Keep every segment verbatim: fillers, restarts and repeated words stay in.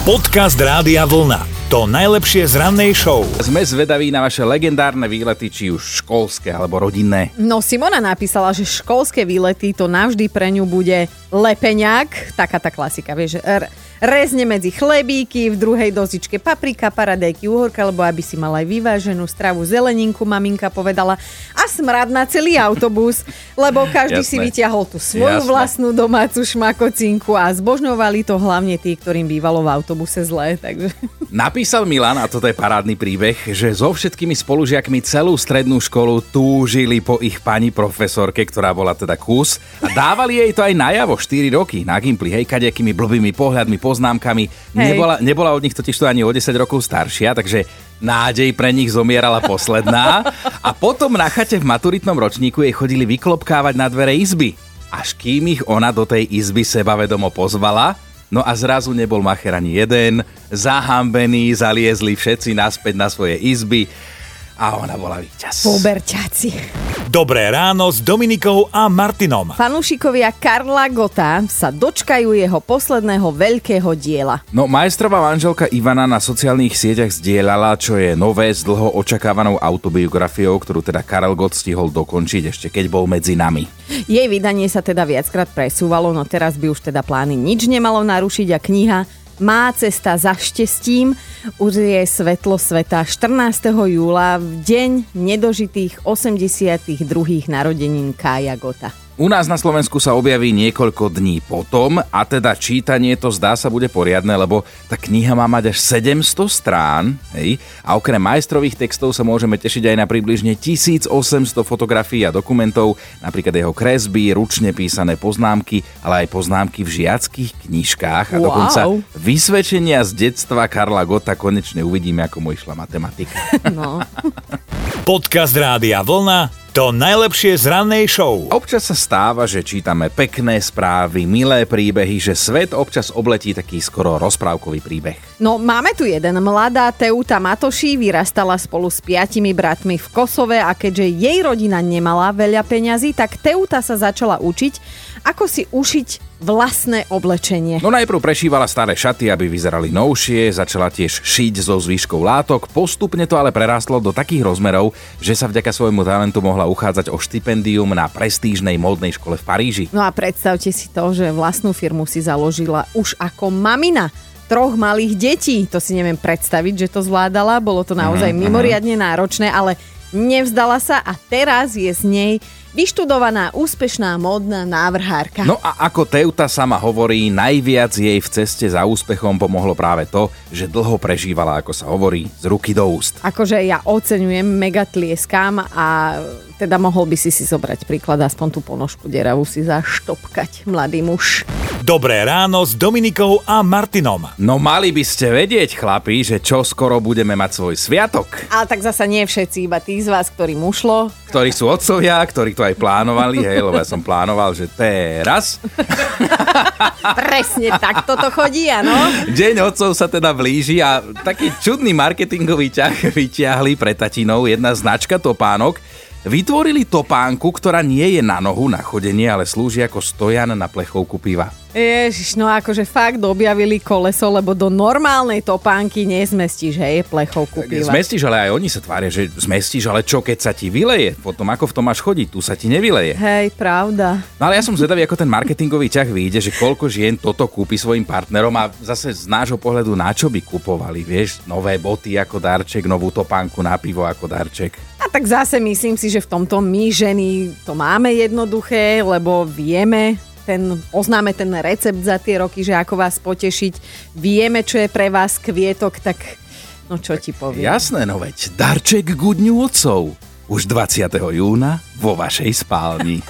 Podcast Rádia Vlna. To najlepšie z rannej show. Sme zvedaví na vaše legendárne výlety, či už školské alebo rodinné. No Simona napísala, že školské výlety to navždy pre ňu bude lepeňák. Taká tá klasika, vieš, r- rezne medzi chlebíky, v druhej dozičke paprika, paradajky, uhorka, lebo aby si mala aj vyváženú stravu, zeleninku, maminka povedala, a smrad na celý autobus, lebo každý Jasné. si vyťahol tú svoju Jasné. vlastnú domácu šmakocinku a zbožňovali to hlavne tí, ktorým bývalo v autobuse zlé, takže... Napísal Milan, a toto je parádny príbeh, že so všetkými spolužiakmi celú strednú školu túžili po ich pani profesorke, ktorá bola teda kus, a dávali jej to aj najavo štyri roky na Gimply, hej, kadejakými blbými pohľadmi, poznámkami. Nebola, nebola od nich totižto ani o desať rokov staršia, takže nádej pre nich zomierala posledná. A potom na chate v maturitnom ročníku jej chodili vyklopkávať na dvere izby. Až kým ich ona do tej izby sebavedomo pozvala. No a zrazu nebol macher ani jeden, zahambení, zaliezli všetci naspäť na svoje izby a ona bola víťaz. Poberťáci. Dobré ráno s Dominikou a Martinom. Fanúšikovia Karla Gotta sa dočkajú jeho posledného veľkého diela. No majstrová manželka Ivana na sociálnych sieťach zdieľala, čo je nové s dlho očakávanou autobiografiou, ktorú teda Karel Gott stihol dokončiť ešte keď bol medzi nami. Jej vydanie sa teda viackrát presúvalo, no teraz by už teda plány nič nemalo narušiť a kniha Má cesta za štestím uzrie svetlo sveta štrnásteho júla v deň nedožitých osemdesiatych druhých narodenín Kája Gotta. U nás na Slovensku sa objaví niekoľko dní potom a teda čítanie to zdá sa bude poriadne, lebo tá kniha má mať až sedemsto strán, hej, a okrem majstrových textov sa môžeme tešiť aj na približne tisícosemsto fotografií a dokumentov, napríklad jeho kresby, ručne písané poznámky, ale aj poznámky v žiackých knižkách a Wow. dokonca vysvedčenia z detstva Karla Gotta. Konečne uvidíme, ako mu išla matematika. No. Podcast Rádia Vlna. To najlepšie z rannej show. Občas sa stáva, že čítame pekné správy, milé príbehy, že svet občas obletí taký skoro rozprávkový príbeh. No máme tu jeden. Mladá Teuta Matoši vyrastala spolu s piatimi bratmi v Kosove a keďže jej rodina nemala veľa peňazí, tak Teuta sa začala učiť, ako si ušiť vlastné oblečenie. No najprv prešívala staré šaty, aby vyzerali novšie, začala tiež šiť zo zvyškov látok, postupne to ale prerástlo do takých rozmerov, že sa vďaka svojmu talentu mohla uchádzať o štipendium na prestížnej módnej škole v Paríži. No a predstavte si to, že vlastnú firmu si založila už ako mamina troch malých detí. To si neviem predstaviť, že to zvládala. Bolo to naozaj mm-hmm. mimoriadne náročné, ale nevzdala sa a teraz je z nej vyštudovaná, úspešná módna návrhárka. No a ako Teuta sama hovorí, najviac jej v ceste za úspechom pomohlo práve to, že dlho prežívala, ako sa hovorí, z ruky do úst. Akože ja oceňujem, mega tlieskam a teda mohol by si si zobrať príklad, aspoň tú ponožku deravú si zaštopkať, mladý muž. Dobré ráno s Dominikou a Martinom. No mali by ste vedieť, chlapi, že čo skoro budeme mať svoj sviatok. Ale tak zasa nie všetci, iba tí z vás, ktorým ušlo. Ktorí sú otcovia, ktorí to aj plánovali, hej, lebo ja som plánoval, že teraz. Presne takto to chodí, áno. Deň otcov sa teda blíži a taký čudný marketingový ťah vyťahli pre tatinov jedna značka topánok. Vytvorili topánku, ktorá nie je na nohu na chodenie, ale slúži ako stojan na plechovku piva. Ježiš, no akože fakt objavili koleso, lebo do normálnej topánky nezmestíš, hej, plechovku piva. Zmestíš, ale aj oni sa tvária, že zmestíš, ale čo keď sa ti vyleje? Potom ako v tom máš chodiť? Tu sa ti nevyleje. Hej, pravda. No ale ja som zvedavý, ako ten marketingový ťah vyjde, že koľko žien toto kúpi svojim partnerom a zase z nášho pohľadu na čo by kupovali, vieš, nové boty ako darček, novú topánku na pivo ako darček. A tak zase myslím si, že v tomto my ženy to máme jednoduché, lebo vieme, ten, poznáme ten recept za tie roky, že ako vás potešiť, vieme, čo je pre vás kvietok, tak no čo ti poviem. Jasné, no veď darček k dňu otcov. Už dvadsiateho júna vo vašej spálni.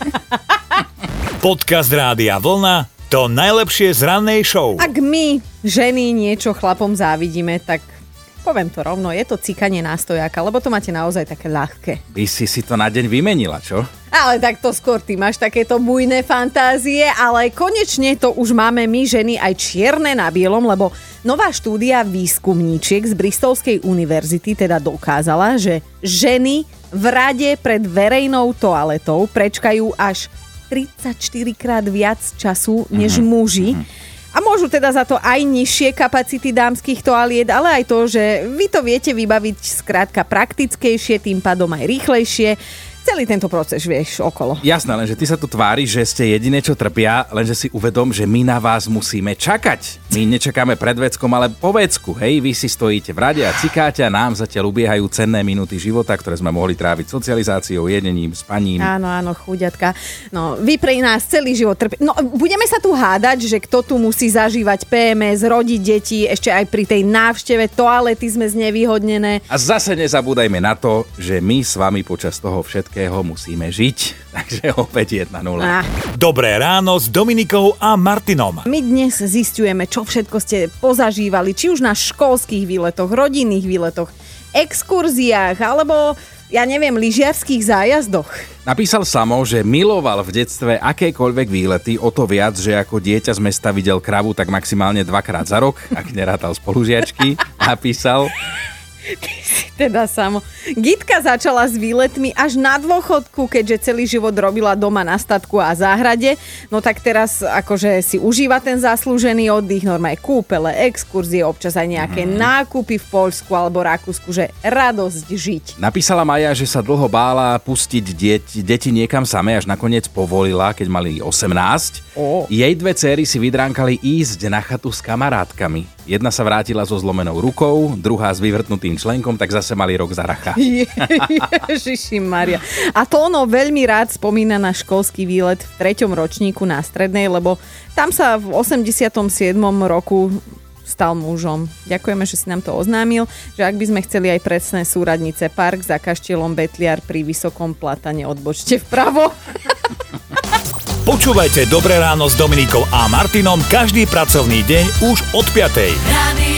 Podcast Rádia Vlna. To najlepšie z rannej show. Ak my, ženy, niečo chlapom závidíme, tak poviem to rovno, je to cikanie nástojáka, lebo to máte naozaj také ľahké. By si si to na deň vymenila, čo? Ale tak to skôr ty máš takéto bujné fantázie, ale konečne to už máme my ženy aj čierne na bielom, lebo nová štúdia výskumníčiek z Bristolskej univerzity teda dokázala, že ženy v rade pred verejnou toaletou prečkajú až tridsaťštyri krát viac času než muži. A môžu teda za to aj nižšie kapacity dámskych toaliet, ale aj to, že vy to viete vybaviť skrátka praktickejšie, tým pádom aj rýchlejšie. Celý tento proces vieš okolo. Jasné, lenže ty sa tu tváriš, že ste jediné, čo trpia, lenže si uvedom, že my na vás musíme čakať. My nečakáme pred veckom, ale po vecku. Hej, vy si stojíte v rade a cikáte a nám zatiaľ ubiehajú cenné minúty života, ktoré sme mohli tráviť socializáciou, jedením, spaním. Áno, áno, chuďatka. No, vy pre nás celý život trpí. No, budeme sa tu hádať, že kto tu musí zažívať pé em es, rodiť deti, ešte aj pri tej návšteve toalety sme znevýhodnené. A zase nezabúdajme na to, že my s vami počas toho všetkého musíme žiť, takže opäť jedna nula. Ah. Dobré ráno s Dominikou a Martinom. My dnes zisťujeme, čo všetko ste pozažívali, či už na školských výletoch, rodinných výletoch, exkurziách, alebo, ja neviem, lyžiarských zájazdoch. Napísal Samo, že miloval v detstve akékoľvek výlety, o to viac, že ako dieťa z mesta videl kravu tak maximálne dvakrát za rok, ak nerátal spolužiačky. Napísal... Ty si teda Samo. Gitka začala s výletmi až na dôchodku, keďže celý život robila doma na statku a záhrade. No tak teraz akože si užíva ten zaslúžený oddych, normálne kúpele, exkurzie, občas aj nejaké mm. nákupy v Poľsku alebo Rakúsku, že radosť žiť. Napísala Maja, že sa dlho bála pustiť deti, deti niekam samé, až nakoniec povolila, keď mali osemnásť. Oh. Jej dve céry si vydránkali ísť na chatu s kamarátkami. Jedna sa vrátila so zlomenou rukou, druhá s vyvrtnutým členkom, tak zase mali rok za racha. Je, Ježiši Maria. A to ono veľmi rád spomína na školský výlet v treťom ročníku na strednej, lebo tam sa v osemdesiatom siedmom roku stal mužom. Ďakujeme, že si nám to oznámil, že ak by sme chceli aj presné súradnice park za kaštielom Betliar pri Vysokom Platane, odbočte vpravo. Počúvajte Dobré ráno s Dominikou a Martinom každý pracovný deň už od piatej.